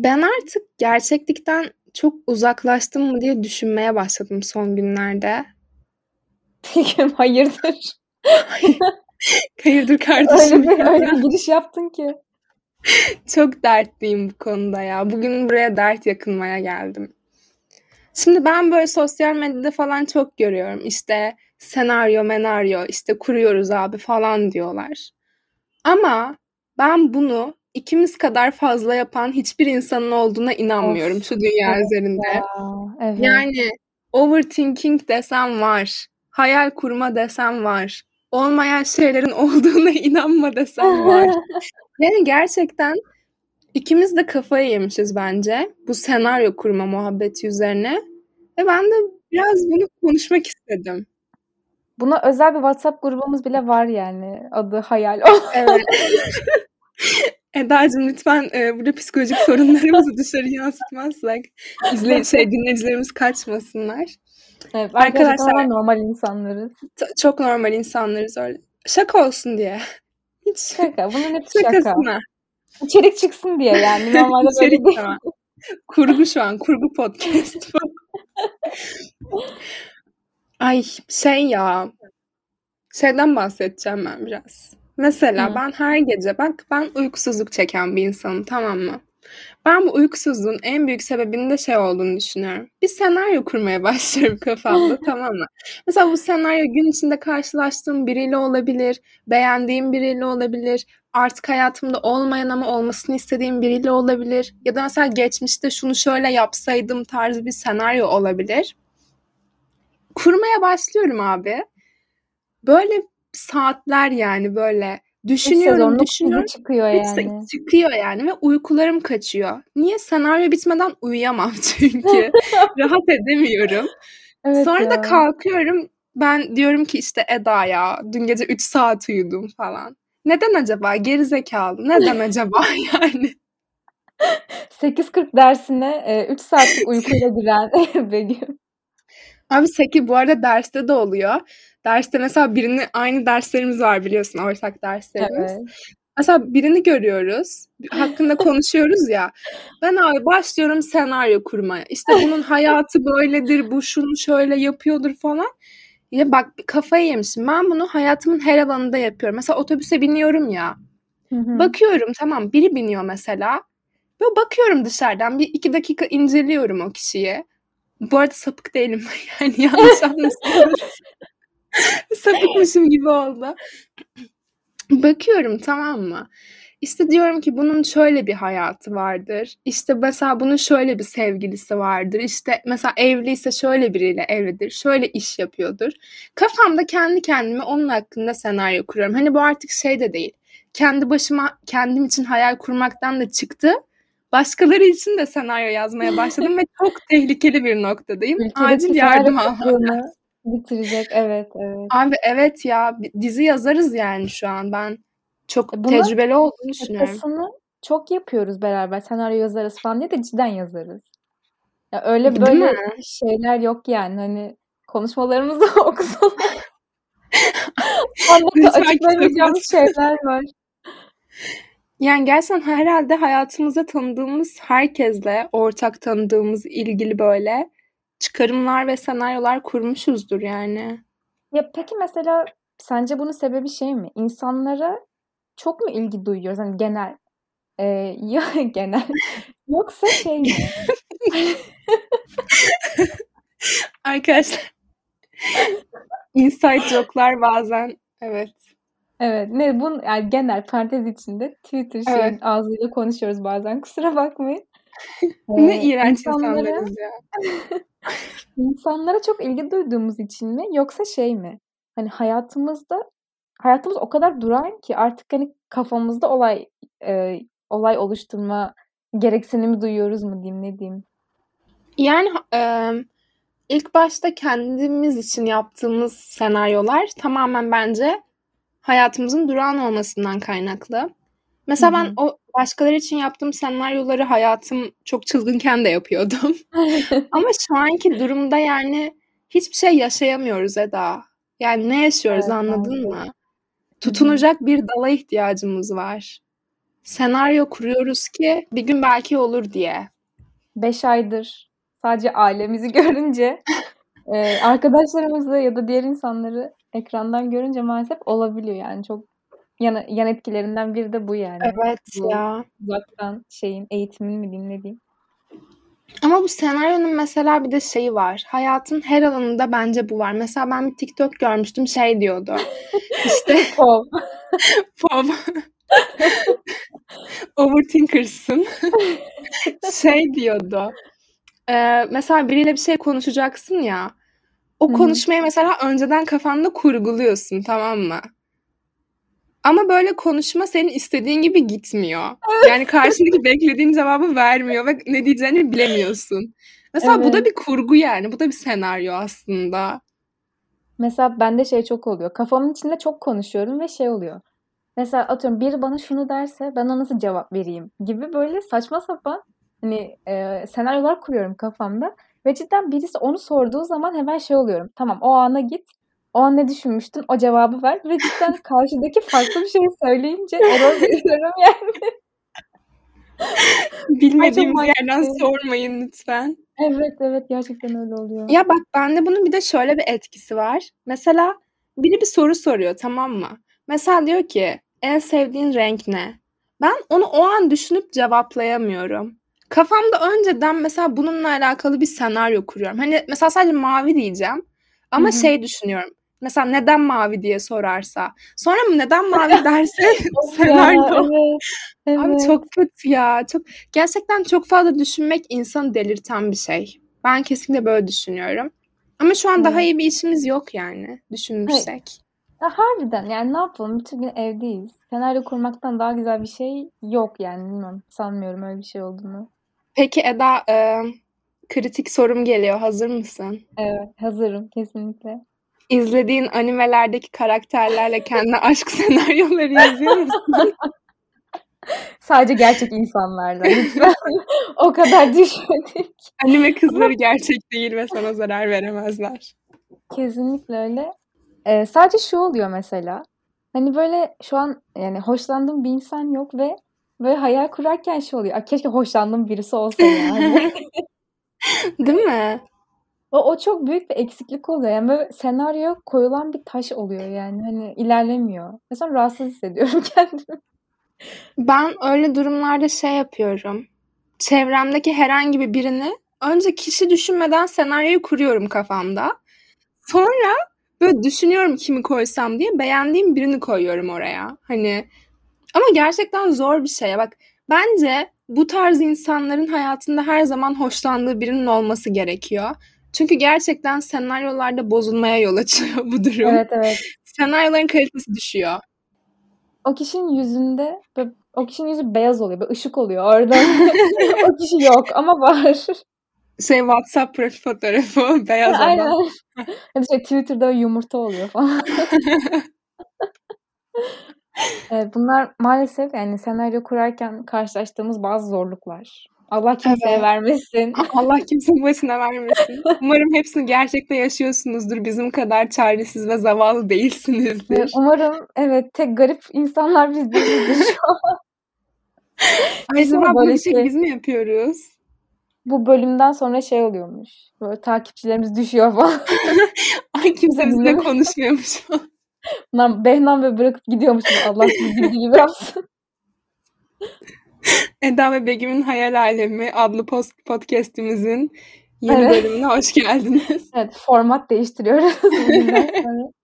Ben artık gerçeklikten çok uzaklaştım mı diye düşünmeye başladım son günlerde. Peki, hayırdır? Hayırdır Öyle kardeşim bir ya. öyle bir giriş yaptın ki. Çok dertliyim bu konuda ya. Bugün buraya dert yakınmaya geldim. Şimdi ben böyle sosyal medyada falan çok görüyorum. İşte senaryo menaryo işte kuruyoruz abi falan diyorlar. Ama ben bunu ikimiz kadar fazla yapan hiçbir insanın olduğuna Of, inanmıyorum şu dünya evet üzerinde. ya, evet. Yani overthinking desem var. Hayal kurma desem var. Olmayan şeylerin olduğuna inanma desem var. Yani gerçekten ikimiz de kafayı yemişiz bence bu senaryo kurma muhabbeti üzerine. Ve ben de biraz bunu konuşmak istedim. Buna özel bir WhatsApp grubumuz bile var yani. Adı Hayal. Evet. Eda'cığım lütfen burada psikolojik sorunlarımızı dışarı yansıtmazsak dinleyicilerimiz kaçmasınlar. Evet, arkadaşlar Arkadaşlar tamamen normal insanlarız. çok normal insanlarız öyle. Şaka olsun diye. Hiç Şaka. Bunun hepsi şaka. şakasına. İçerik çıksın diye yani. Normalde böyle İçerik değil. tamam. Kurgu şu an. Kurgu podcast. Ay ya. Şeyden bahsedeceğim ben biraz. Mesela Hı. ben her gece ben uykusuzluk çeken bir insanım, tamam mı? Ben bu uykusuzluğun en büyük sebebinin de şey olduğunu düşünüyorum. Bir senaryo kurmaya başlıyorum kafamda, tamam mı? Mesela bu senaryo gün içinde karşılaştığım biriyle olabilir, beğendiğim biriyle olabilir, artık hayatımda olmayan ama olmasını istediğim biriyle olabilir. Ya da mesela geçmişte şunu şöyle yapsaydım tarzı bir senaryo olabilir. Kurmaya başlıyorum abi. Böyle saatler yani böyle 3 düşünüyorum, sezonluk dizi düşünüyorum. çıkıyor yani. Çıkıyor yani ve uykularım kaçıyor. Niye? Senaryo bitmeden uyuyamam çünkü. Rahat edemiyorum. Evet Sonra da ya. kalkıyorum. Ben diyorum ki işte Eda ya dün gece 3 saat uyudum falan. Neden acaba? Geri zekalı. Neden acaba yani? 8:40 dersine 3 saatlik uykuyla giren Begüm. Abi Seki bu arada derste de oluyor. Derste mesela aynı derslerimiz var biliyorsun, ortak derslerimiz. Evet. Mesela birini görüyoruz, hakkında konuşuyoruz ya. Ben abi başlıyorum senaryo kurmaya. İşte bunun hayatı böyledir, bu şunu şöyle yapıyordur falan. Ya bak kafayı yemişim. Ben bunu hayatımın her alanında yapıyorum. Mesela otobüse biniyorum ya. Hı hı. Bakıyorum, tamam, biri biniyor mesela. Böyle bakıyorum dışarıdan bir iki dakika inceliyorum o kişiyi. Bu arada sapık değilim. Yani yanlış anlaşılmasın. Sapıkmışım gibi oldu. Bakıyorum, tamam mı? İşte diyorum ki bunun şöyle bir hayatı vardır. İşte mesela bunun şöyle bir sevgilisi vardır. İşte mesela evliyse şöyle biriyle evlidir. Şöyle iş yapıyordur. Kafamda kendi kendime onun hakkında senaryo kuruyorum. Hani bu artık şey de değil. Kendi başıma kendim için hayal kurmaktan da çıktı. Başkaları için de senaryo yazmaya başladım ve çok tehlikeli bir noktadayım. Ülkedeki Acil senaryo yardım almam. kıtlığını bitirecek. Evet, evet. Abi evet ya, dizi yazarız yani şu an. Ben çok Bunun tecrübeli olduğunu düşünüyorum. şakasını çok yapıyoruz beraber. Senaryo yazarız falan diye de cidden yazarız. Ya öyle Değil mi? böyle şeyler yok yani. Hani konuşmalarımızı okusalar Lütfen açıklayamayacağımız kitabımız. şeyler var. Yani gerçekten herhalde hayatımızda tanıdığımız herkesle ortak tanıdığımız ilgili böyle çıkarımlar ve senaryolar kurmuşuzdur yani. Ya peki mesela sence bunun sebebi şey mi? İnsanlara çok mu ilgi duyuyoruz? Hani genel. Ya genel. Yoksa şey mi? Arkadaşlar, inside joke'lar bazen, evet. Evet. Yani genel parantez içinde Twitter Evet. şeyin ağzıyla konuşuyoruz bazen. Kusura bakmayın. Ne iğrenç İnsanlara insanlarız ya. insanlara çok ilgi duyduğumuz için mi yoksa şey mi? Hani hayatımız o kadar durağan ki artık hani kafamızda olay oluşturma gereksinimi duyuyoruz mu diyeyim ne diyeyim? Yani ilk başta kendimiz için yaptığımız senaryolar tamamen bence hayatımızın durağan olmasından kaynaklı. Hı Mesela ben hı. o başkaları için yaptığım senaryoları hayatım çok çılgınken de yapıyordum. Ama şu anki durumda yani hiçbir şey yaşayamıyoruz Eda. Yani ne yaşıyoruz, Evet anladın bence. mı? Hı hı. Tutunacak bir dala ihtiyacımız var. Senaryo kuruyoruz ki bir gün belki olur diye. 5 aydır sadece ailemizi görünce, arkadaşlarımızı ya da diğer insanları ekrandan görünce maalesef olabiliyor yani çok yan etkilerinden biri de bu yani. Evet Bu ya. uzaktan eğitimin mi diyeyim ne diyeyim. Ama bu senaryonun mesela bir de şeyi var. Hayatın her alanında bence bu var. Mesela ben bir TikTok görmüştüm şey diyordu. İşte Pov. Pov. Overthinkers'ın. Şey diyordu. Mesela biriyle bir şey konuşacaksın ya. O Hı hı. konuşmayı mesela önceden kafanda kurguluyorsun, tamam mı? Ama böyle konuşma senin istediğin gibi gitmiyor. Yani karşındaki beklediğin cevabı vermiyor ve ne diyeceğini bilemiyorsun. Mesela bu da Evet. bir kurgu yani. Bu da bir senaryo aslında. Mesela bende şey çok oluyor. Kafamın içinde çok konuşuyorum ve şey oluyor. Mesela atıyorum biri bana şunu derse ben ona nasıl cevap vereyim gibi böyle saçma sapan hani senaryolar kuruyorum kafamda. Ve cidden birisi onu sorduğu zaman hemen şey oluyorum. Tamam o ana git. O an ne düşünmüştün? O cevabı ver. Ve cidden karşıdaki farklı bir şey söyleyince error veriyorum yani. Ay çok Bilmediğimiz yerden mantıklı. sormayın lütfen. Evet evet gerçekten öyle oluyor. Ya bak bende bunun bir de şöyle bir etkisi var. Mesela biri bir soru soruyor, tamam mı? Mesela diyor ki en sevdiğin renk ne? Ben onu o an düşünüp cevaplayamıyorum. Kafamda önceden mesela bununla alakalı bir senaryo kuruyorum. Hani mesela sadece mavi diyeceğim Hı ama hı. şey düşünüyorum. Mesela neden mavi diye sorarsa. Sonra neden mavi derse Of ya senaryo. evet. Abi Evet. çok kötü ya. Gerçekten çok fazla düşünmek insanı delirten bir şey. Ben kesinlikle böyle düşünüyorum. Ama şu an daha Evet. iyi bir işimiz yok yani Hayır. düşünürsek. Ya harbiden yani ne yapalım? Bütün gün evdeyiz. Senaryo kurmaktan daha güzel bir şey yok yani bilmiyorum. Sanmıyorum öyle bir şey olduğunu. Peki Eda, kritik sorum geliyor. Hazır mısın? Evet, hazırım kesinlikle. İzlediğin animelerdeki karakterlerle kendine aşk senaryoları yazıyor musun? Sadece gerçek insanlarla lütfen. O kadar düşmedik. Anime Ama kızları gerçek değil ve sana zarar veremezler. kesinlikle öyle. Sadece şu oluyor mesela. Hani böyle şu an yani hoşlandığım bir insan yok ve böyle hayal kurarken şey oluyor. "Ay, keşke hoşlandığım birisi olsa ya. Hani Değil mi? o çok büyük bir eksiklik oluyor. Yani böyle senaryoya koyulan bir taş oluyor yani. Hani ilerlemiyor. Mesela rahatsız hissediyorum kendimi. Ben öyle durumlarda şey yapıyorum. Çevremdeki herhangi birini önce kişi düşünmeden senaryoyu kuruyorum kafamda. Sonra böyle düşünüyorum kimi koysam diye beğendiğim birini koyuyorum oraya. Hani ama gerçekten zor bir şey. Bak bence bu tarz insanların hayatında her zaman hoşlandığı birinin olması gerekiyor. Çünkü gerçekten senaryolarda bozulmaya yol açıyor bu durum. Evet evet. Senaryoların kalitesi düşüyor. O kişinin yüzünde o kişinin yüzü beyaz oluyor. Böyle ışık oluyor orada. O kişi yok ama var. WhatsApp profil fotoğrafı beyaz adam. Aynen. Ya da Twitter'da yumurta oluyor falan. Bunlar maalesef yani senaryo kurarken karşılaştığımız bazı zorluklar. Allah kimseye Evet. vermesin. Allah kimsenin başına vermesin. Umarım hepsini gerçekte yaşıyorsunuzdur. Bizim kadar çaresiz ve zavallı değilsinizdir. Umarım evet tek garip insanlar biz değilizdir şu an. Acaba Düşünsene bunu böyle bir tek biz mi yapıyoruz? bu bölümden sonra şey oluyormuş. Böyle takipçilerimiz düşüyor falan. Ay kimse Kimse bizimle dinlemiyor. konuşmuyormuş. Bunlar Behnan böyle bırakıp gidiyormuş gibi. Allah sizi bildiği gibi yapsın. Eda ve Begüm'ün Hayal Alemi adlı podcast'imizin yeni Evet. bölümüne hoş geldiniz. Evet, format değiştiriyoruz bugünden sonra.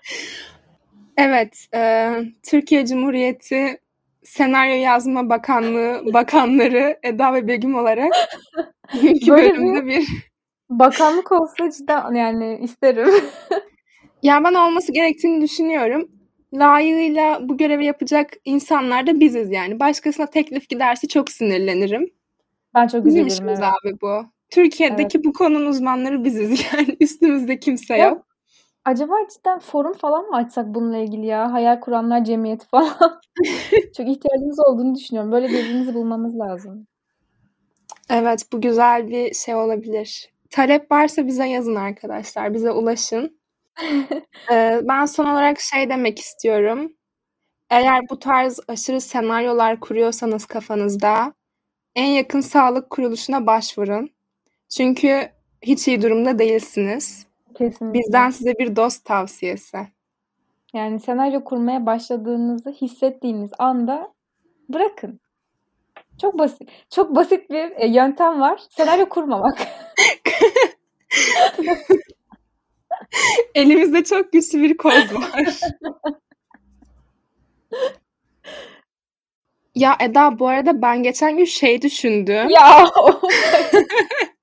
Evet, Türkiye Cumhuriyeti Senaryo Yazma Bakanlığı bakanları Eda ve Begüm olarak bugünkü Böyle bir bölümde bir bakanlık olsa cidden yani isterim. ya ben olması gerektiğini düşünüyorum. Layığıyla bu görevi yapacak insanlar da biziz yani. Başkasına teklif giderse çok sinirlenirim. Ben çok Bizim üzülürüm işimiz evet. abi bu. Evet. Türkiye'deki bu konunun uzmanları biziz yani. Üstümüzde kimse Ya yok. acaba cidden forum falan mı açsak bununla ilgili ya? Hayal Kuranlar Cemiyeti falan. Çok ihtiyacımız olduğunu düşünüyorum. Böyle birbirimizi bulmamız lazım. Evet, bu güzel bir şey olabilir. Talep varsa bize yazın arkadaşlar. Bize ulaşın. Ben son olarak şey demek istiyorum. Eğer bu tarz aşırı senaryolar kuruyorsanız kafanızda en yakın sağlık kuruluşuna başvurun. Çünkü hiç iyi durumda değilsiniz. Kesinlikle. Bizden size bir dost tavsiyesi. Yani senaryo kurmaya başladığınızı hissettiğiniz anda bırakın. Çok basit. Çok basit bir yöntem var. Senaryo kurmamak. Elimizde çok güçlü bir koz var. Ya Eda, bu arada ben geçen gün şey düşündüm. Ya